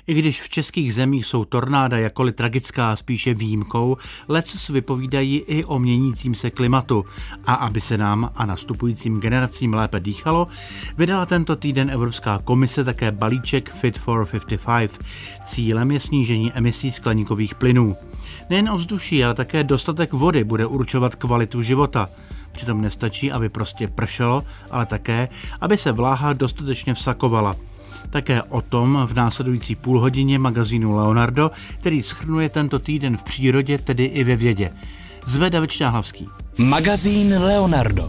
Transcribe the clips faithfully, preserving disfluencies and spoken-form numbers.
I když v českých zemích jsou tornáda jakkoliv tragická spíše výjimkou, leccos vypovídají i o měnícím se klimatu. A aby se nám a nastupujícím generacím lépe dýchalo, vydala tento týden Evropská komise také balíček Fit for padesát pět. Cílem je snížení emisí skleníkových plynů. Nejen ovzduší, ale také dostatek vody bude určovat kvalitu života. Přitom nestačí, aby prostě pršelo, ale také, aby se vláha dostatečně vsakovala. Také o tom v následující půlhodině magazínu Leonardo, který shrnuje tento týden v přírodě, tedy i ve vědě. Zve David Štáhlavský. Magazín Leonardo.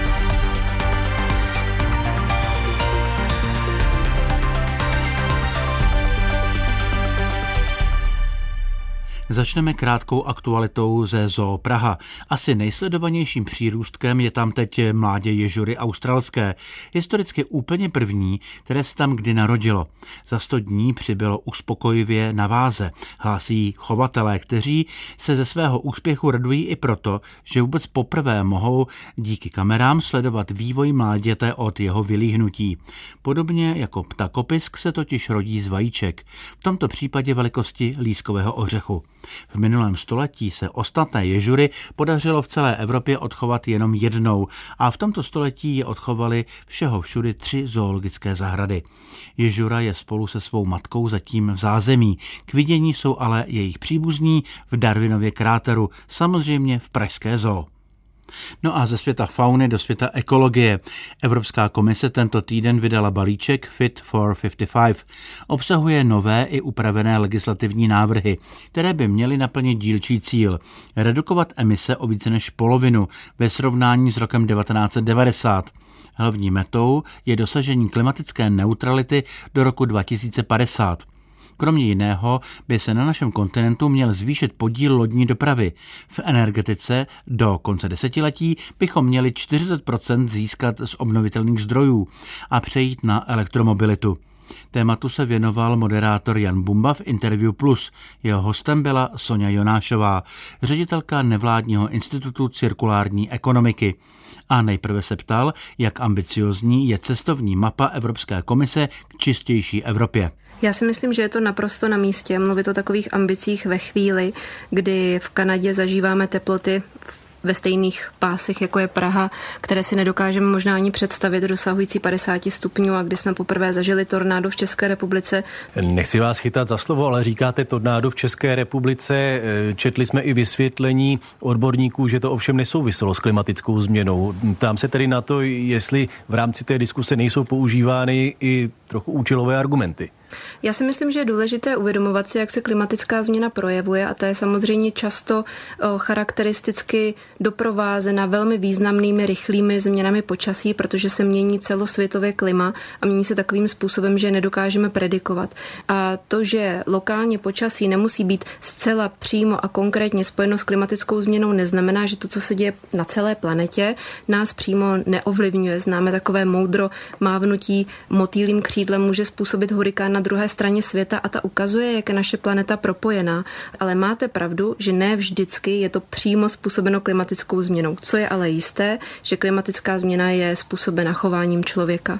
Začneme krátkou aktualitou ze Zoo Praha. Asi nejsledovanějším přírůstkem je tam teď mládě ježury australské. Historicky úplně první, které se tam kdy narodilo. Za sto dní přibylo uspokojivě na váze, hlásí chovatelé, kteří se ze svého úspěchu radují i proto, že vůbec poprvé mohou díky kamerám sledovat vývoj mláděte od jeho vylíhnutí. Podobně jako ptakopisk se totiž rodí z vajíček, v tomto případě velikosti lískového ořechu. V minulém století se ostatné ježury podařilo v celé Evropě odchovat jenom jednou a v tomto století je odchovali všeho všudy tři zoologické zahrady. Ježura je spolu se svou matkou zatím v zázemí. K vidění jsou ale jejich příbuzní v Darwinově kráteru, samozřejmě v pražské zoo. No a ze světa fauny do světa ekologie. Evropská komise tento týden vydala balíček Fit for padesát pět. Obsahuje nové i upravené legislativní návrhy, které by měly naplnit dílčí cíl. Redukovat emise o více než polovinu ve srovnání s rokem devatenáct set devadesát. Hlavní metou je dosažení klimatické neutrality do roku dva tisíce padesát. Kromě jiného by se na našem kontinentu měl zvýšit podíl lodní dopravy. V energetice do konce desetiletí bychom měli čtyřicet procent získat z obnovitelných zdrojů a přejít na elektromobilitu. Tématu se věnoval moderátor Jan Bumba v Interview Plus. Jeho hostem byla Sonja Jonášová, ředitelka nevládního institutu cirkulární ekonomiky. A nejprve se ptal, jak ambiciozní je cestovní mapa Evropské komise k čistější Evropě. Já si myslím, že je to naprosto na místě mluvit o takových ambicích ve chvíli, kdy v Kanadě zažíváme teploty ve stejných pásech, jako je Praha, které si nedokážeme možná ani představit, dosahující padesát stupňů, a kdy jsme poprvé zažili tornádo v České republice. Nechci vás chytat za slovo, ale říkáte tornádo v České republice. Četli jsme i vysvětlení odborníků, že to ovšem nesouviselo s klimatickou změnou. Ptám se tedy na to, jestli v rámci té diskuse nejsou používány i trochu účelové argumenty. Já si myslím, že je důležité uvědomovat si, jak se klimatická změna projevuje, a ta je samozřejmě často charakteristicky doprovázena velmi významnými rychlými změnami počasí, protože se mění celosvětové klima a mění se takovým způsobem, že nedokážeme predikovat. A to, že lokálně počasí nemusí být zcela přímo a konkrétně spojeno s klimatickou změnou, neznamená, že to, co se děje na celé planetě, nás přímo neovlivňuje. Známe takové moudro mávnutí motýlím křídlem může způsobit hurikán na druhé straně světa, a ta ukazuje, jak je naše planeta propojená. Ale máte pravdu, že ne vždycky je to přímo způsobeno klimatickou změnou. Co je ale jisté, že klimatická změna je způsobena chováním člověka.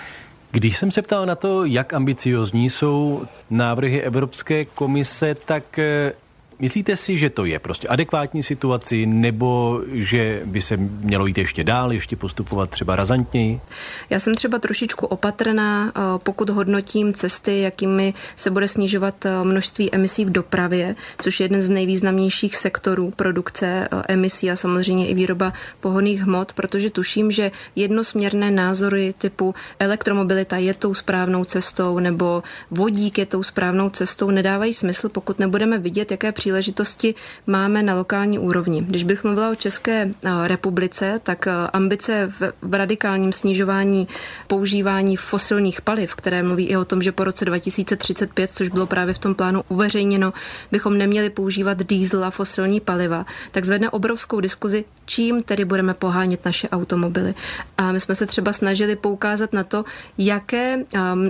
Když jsem se ptal na to, jak ambiciozní jsou návrhy Evropské komise, tak myslíte si, že to je prostě adekvátní situaci, nebo že by se mělo jít ještě dál, ještě postupovat třeba razantněji? Já jsem třeba trošičku opatrná, pokud hodnotím cesty, jakými se bude snižovat množství emisí v dopravě, což je jeden z nejvýznamnějších sektorů produkce emisí a samozřejmě i výroba pohonných hmot, protože tuším, že jednosměrné názory typu elektromobilita je tou správnou cestou nebo vodík je tou správnou cestou nedávají smysl, pokud nebudeme vidět, jaké příležitosti máme na lokální úrovni. Když bych mluvila o České republice, tak ambice v, v radikálním snižování používání fosilních paliv, které mluví i o tom, že po roce dva tisíce třicet pět, což bylo právě v tom plánu uveřejněno, bychom neměli používat diesel a fosilní paliva, tak zvedne obrovskou diskuzi, čím tedy budeme pohánět naše automobily. A my jsme se třeba snažili poukázat na to, jaké um,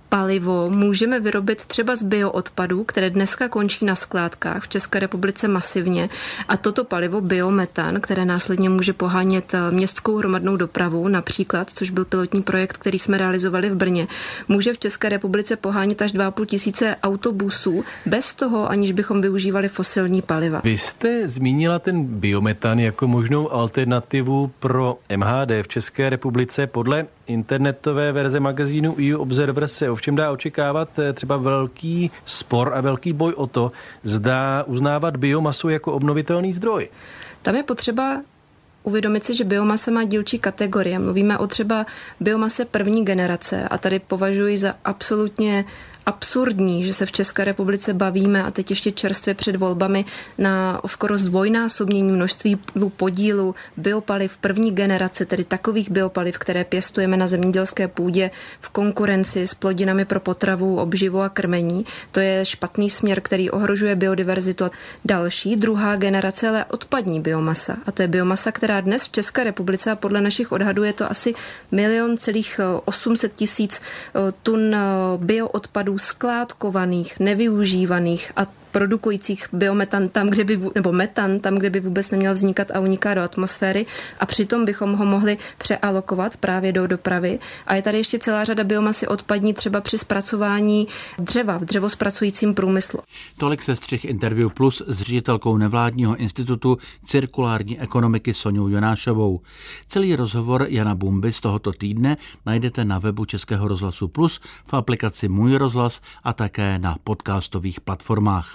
palivo můžeme vyrobit třeba z bioodpadů, které dneska končí na skládkách v České republice masivně. A toto palivo, biometan, které následně může pohánět městskou hromadnou dopravu, například, což byl pilotní projekt, který jsme realizovali v Brně, může v České republice pohánět až dva a půl tisíce autobusů bez toho, aniž bychom využívali fosilní paliva. Vy jste zmínila ten biometan jako možnou alternativu pro M H D v České republice. Podle internetové verze magazínu E U Observer se ovšem dá očekávat třeba velký spor a velký boj o to, zda uznávat biomasu jako obnovitelný zdroj. Tam je potřeba uvědomit si, že biomasa má dílčí kategorie. Mluvíme o třeba biomase první generace a tady považuji za absolutně absurdní, že se v České republice bavíme a teď ještě čerstvě před volbami na skoro zdvojnásobnění množství podílu biopaliv první generace, tedy takových biopaliv, které pěstujeme na zemědělské půdě v konkurenci s plodinami pro potravu, obživu a krmení. To je špatný směr, který ohrožuje biodiverzitu. Další, druhá generace, ale odpadní biomasa. A to je biomasa, která dnes v České republice a podle našich odhadů je to asi milion celých osm set tisíc tun bioodpadů skládkovaných, nevyužívaných a produkujících biometan tam, kde by, nebo metan tam, kde by vůbec neměl vznikat a uniká do atmosféry a přitom bychom ho mohli přealokovat právě do dopravy. A je tady ještě celá řada biomasy odpadní třeba při zpracování dřeva v dřevospracujícím průmyslu. Tolik sestřih Interview Plus s ředitelkou nevládního institutu cirkulární ekonomiky Soňou Jonášovou. Celý rozhovor Jana Bumby z tohoto týdne najdete na webu Českého rozhlasu Plus, v aplikaci Můj rozhlas a také na podcastových platformách.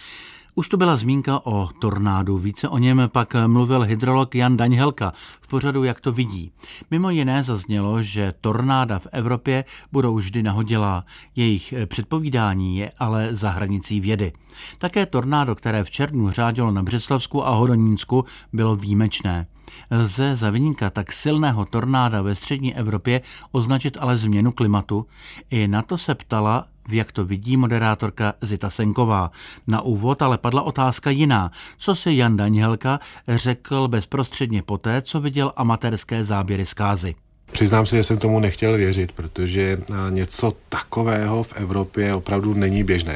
Už tu byla zmínka o tornádu, více o něm pak mluvil hydrolog Jan Daňhelka v pořadu Jak to vidí. Mimo jiné zaznělo, že tornáda v Evropě budou vždy nahodilá. Jejich předpovídání je ale za hranicí vědy. Také tornádo, které v červnu řádilo na Břeclavsku a Hodonínsku, bylo výjimečné. Lze za viníka tak silného tornáda ve střední Evropě označit ale změnu klimatu? I na to se ptala, v Jak to vidí, moderátorka Zita Senková. Na úvod ale padla otázka jiná. Co si Jan Daňhelka řekl bezprostředně poté, co viděl amatérské záběry zkázy? Přiznám se, že jsem tomu nechtěl věřit, protože něco takového v Evropě opravdu není běžné.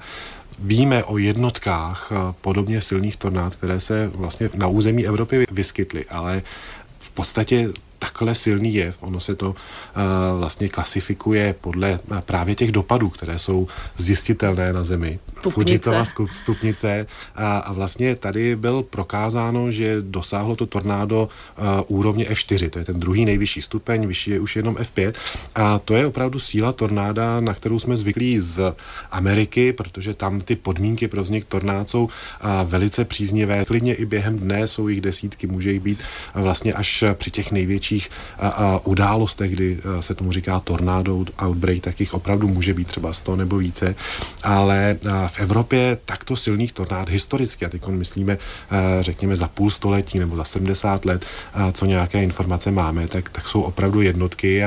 Víme o jednotkách podobně silných tornád, které se vlastně na území Evropy vyskytly, ale v podstatě takhle silný jev. Ono se to uh, vlastně klasifikuje podle uh, právě těch dopadů, které jsou zjistitelné na Zemi. Fujitova stupnice. A, a vlastně tady byl prokázáno, že dosáhlo to tornádo uh, úrovně F čtyři. To je ten druhý nejvyšší stupeň, vyšší je už jenom F pět. A to je opravdu síla tornáda, na kterou jsme zvyklí z Ameriky, protože tam ty podmínky pro vznik tornád jsou uh, velice příznivé. Klidně i během dne jsou jich desítky, může jich být uh, vlastně až při těch největších A, a událostech, kdy se tomu říká tornado outbreak, tak jich opravdu může být třeba sto nebo více, ale v Evropě takto silných tornád historicky, a teď myslíme, řekněme za půl století nebo za sedmdesát let, co nějaké informace máme, tak, tak jsou opravdu jednotky a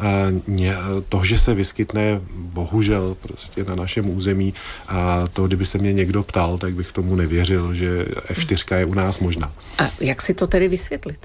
to, že se vyskytne bohužel prostě na našem území, a to, kdyby se mě někdo ptal, tak bych tomu nevěřil, že F čtyři je u nás možná. A jak si to tedy vysvětlit?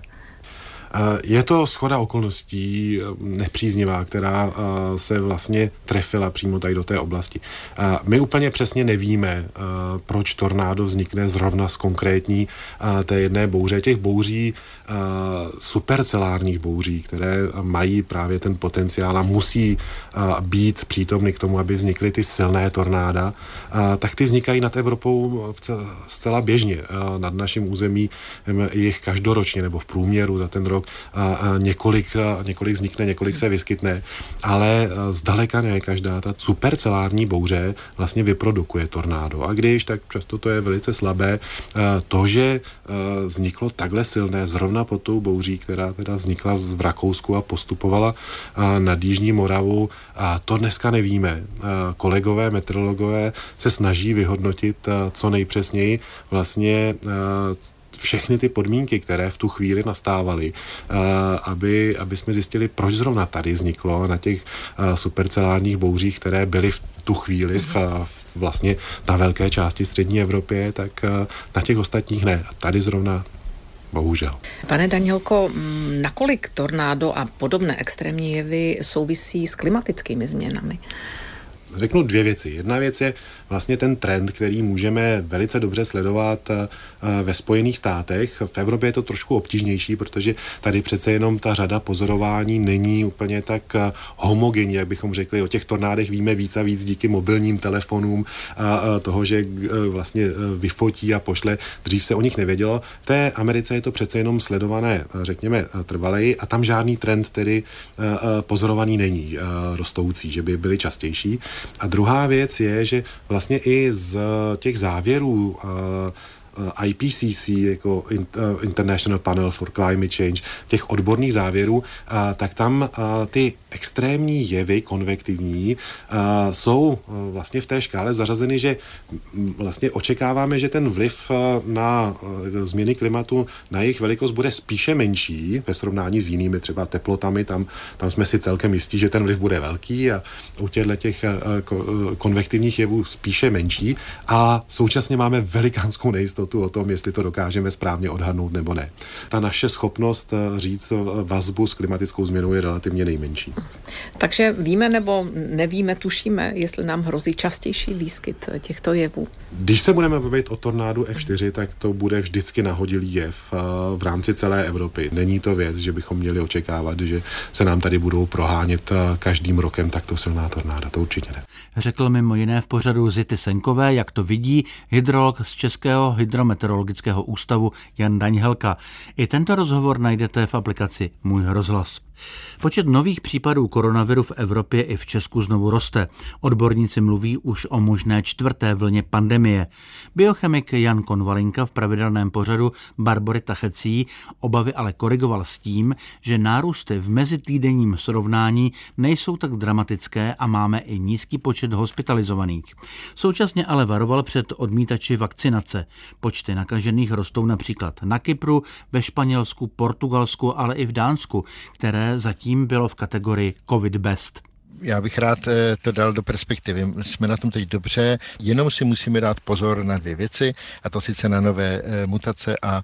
Je to shoda okolností nepříznivá, která se vlastně trefila přímo tady do té oblasti. My úplně přesně nevíme, proč tornádo vznikne zrovna z konkrétní té jedné bouře. Těch bouří, supercelárních bouří, které mají právě ten potenciál a musí být přítomny k tomu, aby vznikly ty silné tornáda, tak ty vznikají nad Evropou zcela běžně. Nad naším území jich každoročně nebo v průměru za ten rok A, a několik, a několik vznikne, několik se vyskytne, ale zdaleka ne každá ta supercelární bouře vlastně vyprodukuje tornádo. A když, tak často to je velice slabé. To, že vzniklo takhle silné zrovna pod tou bouří, která teda vznikla v Rakousku a postupovala nad Jižní Moravu, to dneska nevíme. Kolegové, meteorologové se snaží vyhodnotit co nejpřesněji vlastně všechny ty podmínky, které v tu chvíli nastávaly, aby, aby jsme zjistili, proč zrovna tady vzniklo na těch supercelárních bouřích, které byly v tu chvíli v, v vlastně na velké části střední Evropě, tak na těch ostatních ne. A tady zrovna Bohužel. Pane Danielko, nakolik tornádo a podobné extrémní jevy souvisí s klimatickými změnami? Řeknu dvě věci. Jedna věc je vlastně ten trend, který můžeme velice dobře sledovat ve Spojených státech. V Evropě je to trošku obtížnější, protože tady přece jenom ta řada pozorování není úplně tak homogenní, jak bychom řekli. O těch tornádech víme víc a víc díky mobilním telefonům a toho, že vlastně vyfotí a pošle. Dřív se o nich nevědělo. V té Americe je to přece jenom sledované, řekněme, trvaleji a tam žádný trend tedy pozorovaný není rostoucí, že by byly častější. A druhá věc je, že vlastně i z těch závěrů I P C C, jako International Panel for Climate Change, těch odborných závěrů, tak tam ty extrémní jevy, konvektivní, jsou vlastně v té škále zařazeny, že vlastně očekáváme, že ten vliv na změny klimatu, na jejich velikost bude spíše menší ve srovnání s jinými třeba teplotami, tam, tam jsme si celkem jistí, že ten vliv bude velký a u těchto těch konvektivních jevů spíše menší a současně máme velikánskou nejistotu o tom, jestli to dokážeme správně odhadnout nebo ne. Ta naše schopnost říct vazbu s klimatickou změnou je relativně nejmenší. Takže víme nebo nevíme, tušíme, jestli nám hrozí častější výskyt těchto jevů? Když se budeme bavit o tornádu F čtyři, tak to bude vždycky nahodilý jev v rámci celé Evropy. Není to věc, že bychom měli očekávat, že se nám tady budou prohánět každým rokem takto silná tornáda. To určitě ne. Řekl mimo jiné v pořadu Zity Senkové, jak to vidí hydrolog z Českého hydrometeorologického ústavu Jan Daňhelka. I tento rozhovor najdete v aplikaci Můj rozhlas. Počet nových případů koronaviru v Evropě i v Česku znovu roste. Odborníci mluví už o možné čtvrté vlně pandemie. Biochemik Jan Konvalinka v pravidelném pořadu Barbory Tachecí obavy ale korigoval s tím, že nárůsty v mezitýdenním srovnání nejsou tak dramatické a máme i nízký počet hospitalizovaných. Současně ale varoval před odmítači vakcinace. Počty nakažených rostou například na Kypru, ve Španělsku, Portugalsku, ale i v Dánsku, které zatím bylo v kategorii COVID best. Já bych rád to dal do perspektivy. Jsme na tom teď dobře, jenom si musíme dát pozor na dvě věci, a to sice na nové mutace a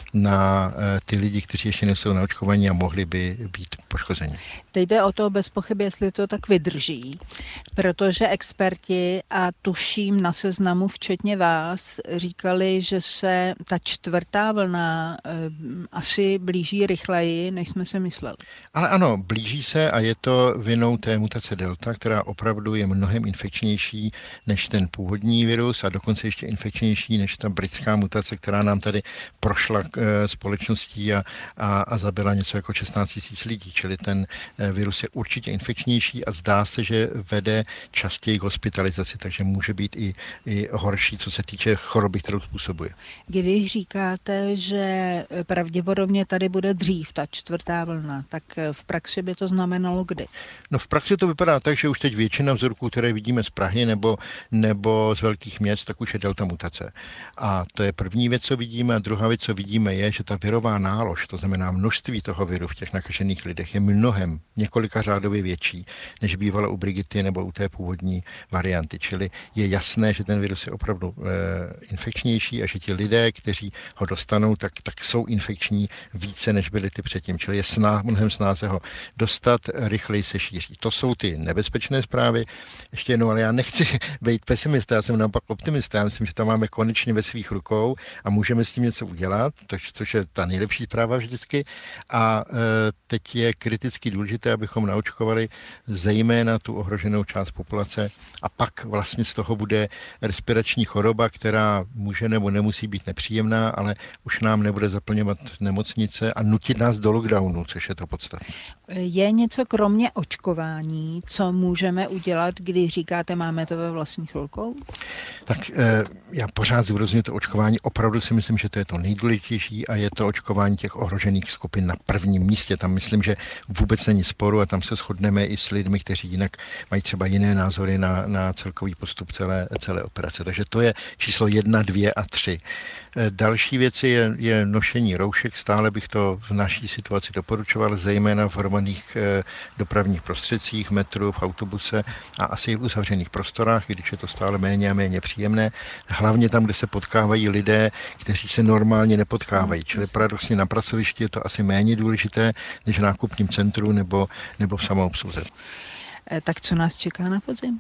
na ty lidi, kteří ještě nejsou naočkovaní a mohli by být poškozeni. Teď jde o to bez pochyby, jestli to tak vydrží, protože experti, a tuším na Seznamu včetně vás, říkali, že se ta čtvrtá vlna eh, asi blíží rychleji, než jsme si mysleli. Ale ano, blíží se a je to vinou té mutace delta, která opravdu je mnohem infekčnější než ten původní virus a dokonce ještě infekčnější než ta britská mutace, která nám tady prošla e, společností a, a, a zabila něco jako šestnáct tisíc lidí. Čili ten e, virus je určitě infekčnější a zdá se, že vede častěji k hospitalizaci, takže může být i, i horší, co se týče choroby, kterou způsobuje. Když říkáte, že pravděpodobně tady bude dřív ta čtvrtá vlna, tak v praxi by to znamenalo kdy? No v praxi to vypadá tak, že už teď většina vzorků, které vidíme z Prahy nebo, nebo z velkých měst, tak už je delta mutace. A to je první věc, co vidíme. A druhá věc, co vidíme, je, že ta virová nálož, to znamená množství toho viru v těch nakažených lidech, je mnohem, několika řádově větší, než bývalo u Brigity nebo u té původní varianty. Čili je jasné, že ten virus je opravdu e, infekčnější a že ti lidé, kteří ho dostanou, tak, tak jsou infekční více, než byli ty předtím. Čili je sná, mnohem snáze ho dostat, rychleji se šíří. To jsou ty nebezpečné zprávy. Ještě jednou, ale já nechci být pesimista, já jsem naopak optimista. Já myslím, že to máme konečně ve svých rukou a můžeme s tím něco udělat, což je ta nejlepší zpráva vždycky. A e, teď je kriticky důležité, abychom naočkovali zejména tu ohroženou část populace a pak vlastně z toho bude respirační choroba, která může nebo nemusí být nepříjemná, ale už nám nebude zaplňovat nemocnice a nutit nás do lockdownu, což je to podstatné. Je něco kromě očkování, co můžeme udělat, když říkáte, máme to ve vlastních rukou? Tak já pořád zdůrazňuji to očkování. Opravdu si myslím, že to je to nejdůležitější a je to očkování těch ohrožených skupin na prvním místě. Tam myslím, že vůbec není sporu a tam se shodneme i s lidmi, kteří jinak mají třeba jiné názory na, na celkový postup celé, celé operace. Takže to je číslo jedna, dvě a tři. Další věci je, je nošení roušek. Stále bych to v naší situaci doporučoval, zejména v hromadných dopravních prostředcích. V metru, v autobuse a asi i v uzavřených prostorách, když je to stále méně a méně příjemné. Hlavně tam, kde se potkávají lidé, kteří se normálně nepotkávají. Čili paradoxně na pracovišti je to asi méně důležité než v nákupním centru nebo, nebo v samoobsluze. Tak co nás čeká na podzim?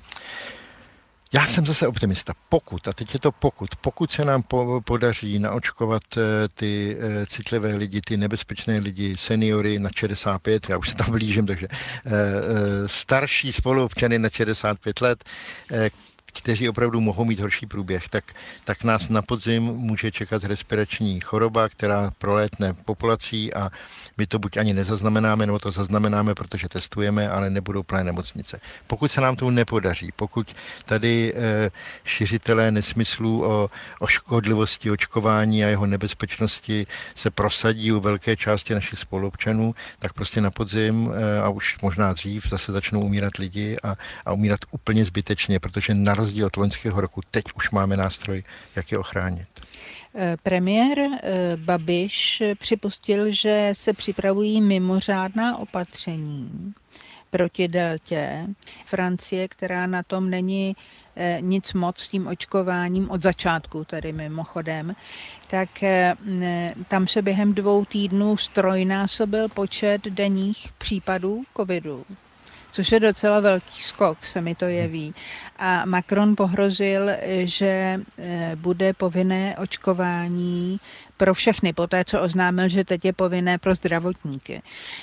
Já jsem zase optimista. Pokud, a teď je to pokud, pokud se nám po, podaří naočkovat ty e, citlivé lidi, ty nebezpečné lidi, seniory na šedesát pět, já už se tam blížím, takže e, e, starší spoluobčany na šedesát pět let, e, kteří opravdu mohou mít horší průběh, tak, tak nás na podzim může čekat respirační choroba, která prolétne populací a my to buď ani nezaznamenáme, nebo to zaznamenáme, protože testujeme, ale nebudou plné nemocnice. Pokud se nám to nepodaří, pokud tady e, šiřitelé nesmyslů o, o škodlivosti očkování a jeho nebezpečnosti se prosadí u velké části našich spoluobčanů, tak prostě na podzim e, a už možná dřív zase začnou umírat lidi a, a umírat úplně zbytečně, protože na rozdíl od loňského roku teď už máme nástroj, jak je ochránit. Premiér Babiš připustil, že se připravují mimořádná opatření proti deltě. Francie, která na tom není nic moc s tím očkováním od začátku, tedy mimochodem, tak tam se během dvou týdnů strojnásobil počet denních případů covidu, což je docela velký skok, se mi to jeví. A Macron pohrozil, že bude povinné očkování pro všechny, poté co oznámil, že teď je povinné pro zdravotníky.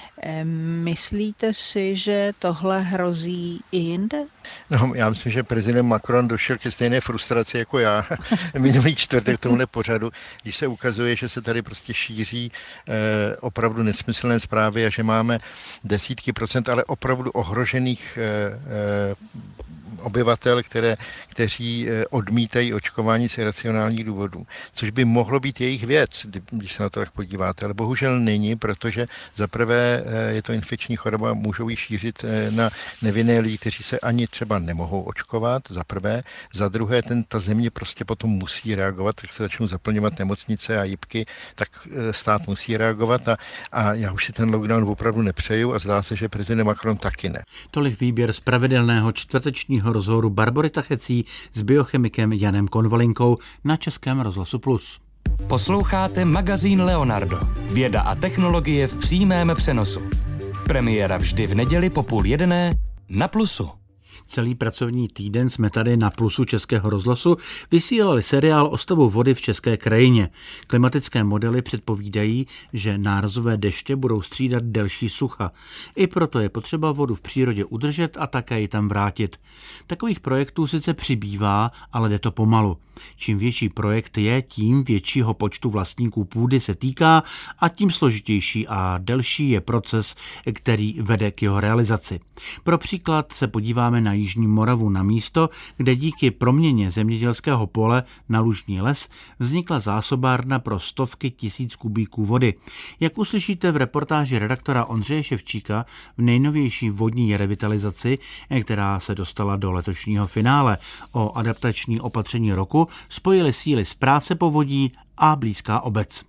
Myslíte si, že tohle hrozí i jinde? No, já myslím, že prezident Macron došel ke stejné frustraci jako já minulý čtvrtek tomuhle pořadu, když se ukazuje, že se tady prostě šíří eh, opravdu nesmyslné zprávy a že máme desítky procent, ale opravdu ohrožených eh, eh, obyvatel, které, kteří odmítají očkování z iracionálních důvodů, což by mohlo být jejich věc, když se na to tak podíváte, ale bohužel není, protože zaprvé je to infekční choroba, můžou ji šířit na nevinné lidi, kteří se ani třeba nemohou očkovat, za prvé, za druhé, ten, ta země prostě potom musí reagovat, tak se začnou zaplňovat nemocnice a jipky, tak stát musí reagovat a, a já už si ten lockdown opravdu nepřeju a zdá se, že prezident Macron taky ne. Tolik výběr z pravidelného čtvrtečního rozhovoru Barbory Tachecí s biochemikem Janem Konvalinkou na Českém rozhlasu Plus. Posloucháte magazín Leonardo. Věda a technologie v přímém přenosu. Premiéra vždy v neděli po půl jedné na Plusu. Celý pracovní týden jsme tady na Plusu Českého rozhlasu vysílali seriál o stavu vody v české krajině. Klimatické modely předpovídají, že nárazové deště budou střídat delší sucha. I proto je potřeba vodu v přírodě udržet a také ji tam vrátit. Takových projektů sice přibývá, ale jde to pomalu. Čím větší projekt je, tím většího počtu vlastníků půdy se týká a tím složitější a delší je proces, který vede k jeho realizaci. Pro příklad se podíváme na Jižní Moravu, na místo, kde díky proměně zemědělského pole na lužní les vznikla zásobárna pro stovky tisíc kubíků vody. Jak uslyšíte v reportáži redaktora Ondřeje Ševčíka v nejnovější vodní revitalizaci, která se dostala do letošního finále o adaptační opatření roku, spojili síly z práce povodí a blízká obec.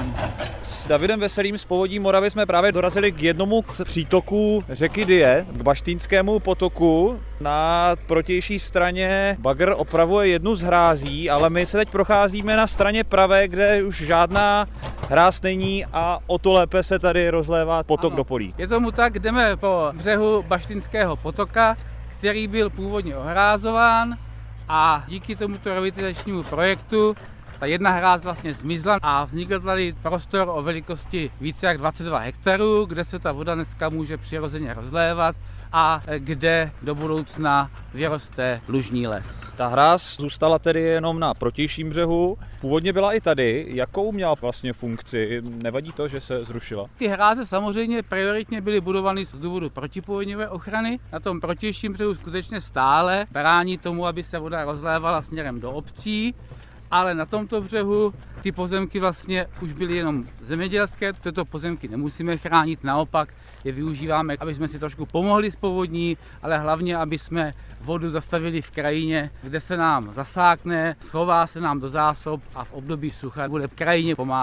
S Davidem Veselým z Povodí Moravy jsme právě dorazili k jednomu z přítoků řeky Dyje, k Baštínskému potoku. Na protější straně bagr opravuje jednu z hrází, ale my se teď procházíme na straně pravé, kde už žádná hráz není a o to lépe se tady rozlévá potok ano, do polí. Je tomu tak, jdeme po břehu Baštínského potoka, který byl původně ohrázován a díky tomuto revitalizačnímu projektu ta jedna hráz vlastně zmizla a vznikl tady prostor o velikosti více jak dvacet dva hektarů, kde se ta voda dneska může přirozeně rozlévat a kde do budoucna vyroste lužní les. Ta hráz zůstala tedy jenom na protějším břehu. Původně byla i tady. Jakou měla vlastně funkci? Nevadí to, že se zrušila? Ty hráze samozřejmě prioritně byly budovány z důvodu protipovodňové ochrany. Na tom protějším břehu skutečně stále brání tomu, aby se voda rozlévala směrem do obcí. Ale na tomto břehu ty pozemky vlastně už byly jenom zemědělské, tyto pozemky nemusíme chránit, naopak je využíváme, aby jsme si trošku pomohli s povodní, ale hlavně, aby jsme vodu zastavili v krajině, kde se nám zasákne, schová se nám do zásob a v období sucha bude krajině pomáhat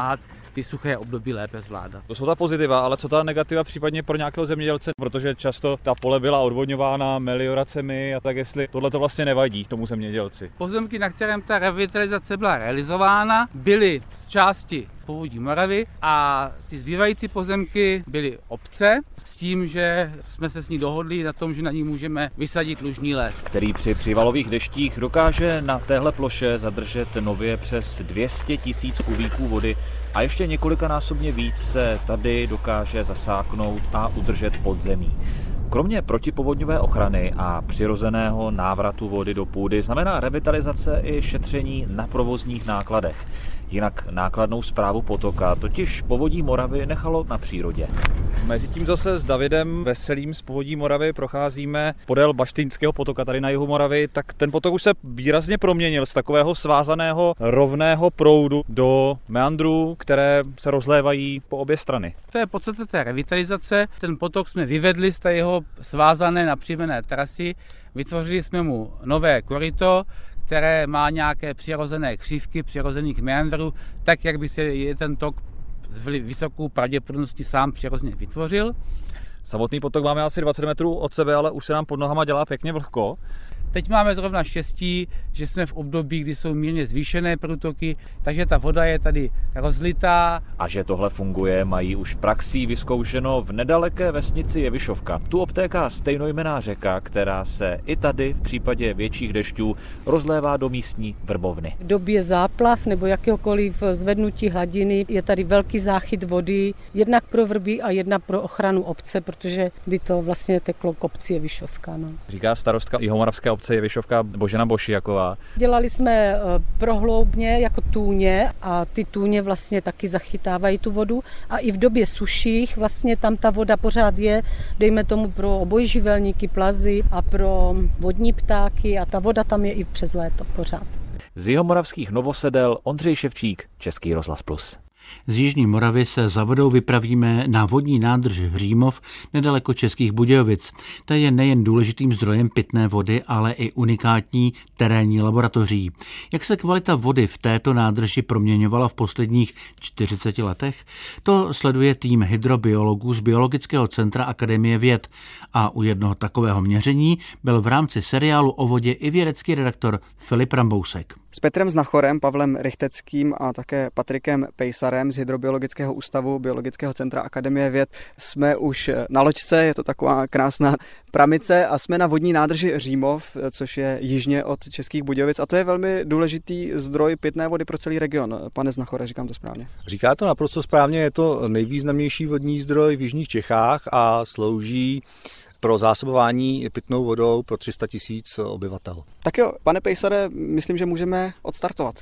ty suché období lépe zvládat. To jsou ta pozitiva, ale co ta negativa případně pro nějakého zemědělce, protože často ta pole byla odvodňována melioracemi a tak, jestli tohle to vlastně nevadí tomu zemědělci. Pozemky, na kterém ta revitalizace byla realizována, byly z části povodí Moravy a ty zbývající pozemky byly obce s tím, že jsme se s ní dohodli na tom, že na ní můžeme vysadit lužní les. Který při přívalových deštích dokáže na téhle ploše zadržet nově přes dvě stě tisíc kubíků vody a ještě několikanásobně víc se tady dokáže zasáknout a udržet pod zemí. Kromě protipovodňové ochrany a přirozeného návratu vody do půdy znamená revitalizace i šetření na provozních nákladech. Jinak nákladnou správu potoka totiž Povodí Moravy nechalo na přírodě. Mezitím zase s Davidem Veselým z Povodí Moravy procházíme podél Baštýnského potoka tady na jihu Moravy, tak ten potok už se výrazně proměnil z takového svázaného rovného proudu do meandrů, které se rozlévají po obě strany. To je podstata té revitalizace. Ten potok jsme vyvedli z té jeho svázané napřímené trasy, vytvořili jsme mu nové koryto, které má nějaké přirozené křivky, přirozených meandrů, tak, jak by se je ten tok s vysokou pravděpodobností sám přirozeně vytvořil. Samotný potok máme asi dvacet metrů od sebe, ale už se nám pod nohama dělá pěkně vlhko. Teď máme zrovna štěstí, že jsme v období, kdy jsou mírně zvýšené průtoky, takže ta voda je tady rozlitá. A že tohle funguje, mají už praxí vyzkoušeno v nedaleké vesnici Jevišovka. Tu obtéká stejnojmenná řeka, která se i tady v případě větších dešťů rozlévá do místní vrbovny. V době záplav nebo jakéhokoliv zvednutí hladiny je tady velký záchyt vody, jednak pro vrby a jednak pro ochranu obce, protože by to vlastně teklo k obci Jevišovka. No. Říká starostka jihomoravské obce Jevišovka Božena Bošiaková. Dělali jsme prohloubně jako tůně a ty tůně vlastně taky zachytávají tu vodu a i v době suších vlastně tam ta voda pořád je, dejme tomu pro obojživelníky, plazy a pro vodní ptáky a ta voda tam je i přes léto pořád. Z jihomoravských Novosedel Ondřej Ševčík, Český rozhlas plus. Z jižní Moravy se za vodou vypravíme na vodní nádrž Hřímov nedaleko Českých Budějovic. Ta je nejen důležitým zdrojem pitné vody, ale i unikátní terénní laboratoří. Jak se kvalita vody v této nádrži proměňovala v posledních čtyřiceti letech? To sleduje tým hydrobiologů z Biologického centra Akademie věd. A u jednoho takového měření byl v rámci seriálu o vodě i vědecký redaktor Filip Rambousek. S Petrem Znachorem, Pavlem Rychteckým a také Patrikem Pejsarem z Hydrobiologického ústavu Biologického centra Akademie věd jsme už na loďce, je to taková krásná pramice a jsme na vodní nádrži Hřímov, což je jižně od Českých Budějovic a to je velmi důležitý zdroj pitné vody pro celý region. Pane Znachore, říkám to správně? Říká to naprosto správně, je to nejvýznamnější vodní zdroj v jižních Čechách a slouží pro zásobování pitnou vodou pro tři sta tisíc obyvatel. Tak jo, pane Pejsare, myslím, že můžeme odstartovat.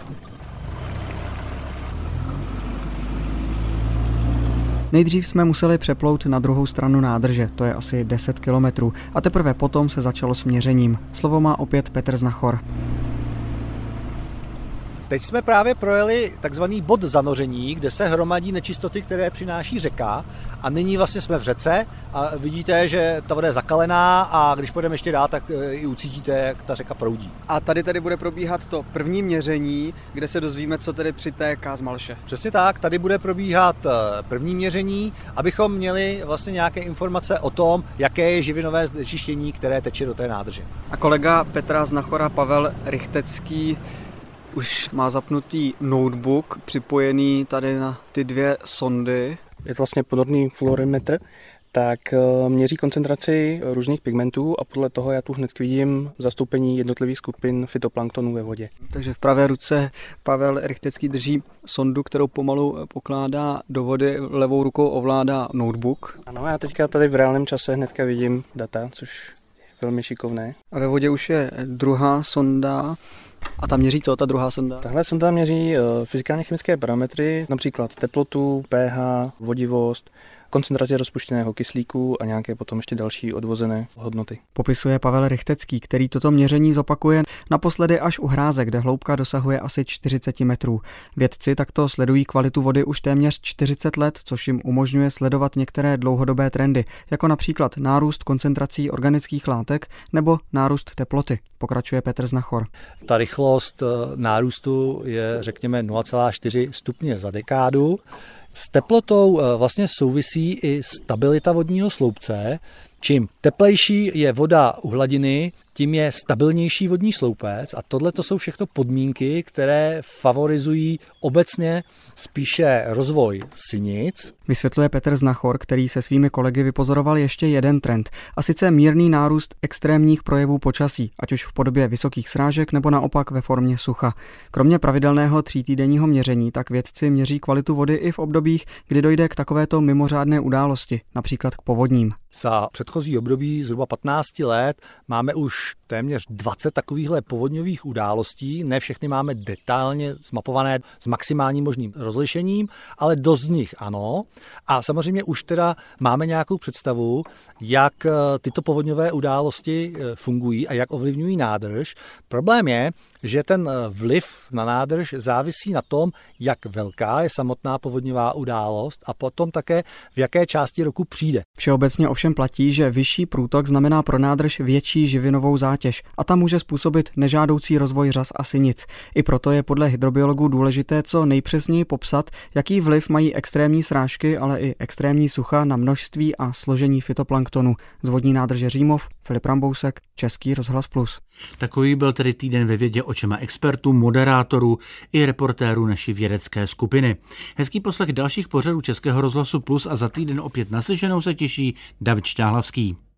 Nejdřív jsme museli přeplout na druhou stranu nádrže, to je asi deset kilometrů, a teprve potom se začalo s měřením. Slovo má opět Petr Znachor. Teď jsme právě projeli takzvaný bod zanoření, kde se hromadí nečistoty, které přináší řeka a nyní vlastně jsme v řece a vidíte, že ta voda je zakalená a když půjdeme ještě dál, tak i ucítíte, jak ta řeka proudí. A tady tedy bude probíhat to první měření, kde se dozvíme, co tedy přitéká z Malše. Přesně tak, tady bude probíhat první měření, abychom měli vlastně nějaké informace o tom, jaké je živinové znečištění, které teče do té nádrže. A kolega Petra Znachora Pavel Rychtecký už má zapnutý notebook připojený tady na ty dvě sondy. Je to vlastně ponorný fluorimetr, tak měří koncentraci různých pigmentů a podle toho já tu hned vidím zastoupení jednotlivých skupin fytoplanktonu ve vodě. Takže v pravé ruce Pavel Rychtecký drží sondu, kterou pomalu pokládá do vody, levou rukou ovládá notebook. Ano, já teďka tady v reálném čase hnedka vidím data, což je velmi šikovné. A ve vodě už je druhá sonda. A tam měří co, ta druhá sonda? Tahle sonda měří fyzikálně chemické parametry, například teplotu, pH, vodivost, koncentraci rozpuštěného kyslíku a nějaké potom ještě další odvozené hodnoty. Popisuje Pavel Rychtecký, který toto měření zopakuje naposledy až u Hráze, kde hloubka dosahuje asi čtyřicet metrů. Vědci takto sledují kvalitu vody už téměř čtyřicet let, což jim umožňuje sledovat některé dlouhodobé trendy, jako například nárůst koncentrací organických látek nebo nárůst teploty, pokračuje Petr Znachor. Ta rychlost nárůstu je řekněme nula celá čtyři stupně za dekádu. S teplotou vlastně souvisí i stabilita vodního sloupce. Čím teplejší je voda u hladiny, tím je stabilnější vodní sloupec a tohle to jsou všechno podmínky, které favorizují obecně spíše rozvoj sinic. Vysvětluje Petr Znachor, který se svými kolegy vypozoroval ještě jeden trend, a sice mírný nárůst extrémních projevů počasí, ať už v podobě vysokých srážek nebo naopak ve formě sucha. Kromě pravidelného třítýdenního měření tak vědci měří kvalitu vody i v obdobích, kdy dojde k takovéto mimořádné události, například k povodním. Za předchozí období zhruba patnáct let máme už téměř dvacet takovýchhle povodňových událostí. Ne všechny máme detailně zmapované s maximálním možným rozlišením, ale dost z nich ano. A samozřejmě už teda máme nějakou představu, jak tyto povodňové události fungují a jak ovlivňují nádrž. Problém je, že ten vliv na nádrž závisí na tom, jak velká je samotná povodňová událost a potom také v jaké části roku přijde. Všeobecně ovšem platí, že vyšší průtok znamená pro nádrž větší živinovou zátěž a ta může způsobit nežádoucí rozvoj řas a sinic. I proto je podle hydrobiologů důležité co nejpřesněji popsat, jaký vliv mají extrémní srážky, ale i extrémní sucha na množství a složení fytoplanktonu. Z vodní nádrže Římov, Filip Rambousek, Český rozhlas plus. Takový byl tedy týden ve vědě očima expertů, moderátorů i reportérů naší vědecké skupiny. Hezký poslech dalších pořadů Českého rozhlasu plus a za týden opět naslyšenou se těší David Šťáhlavský.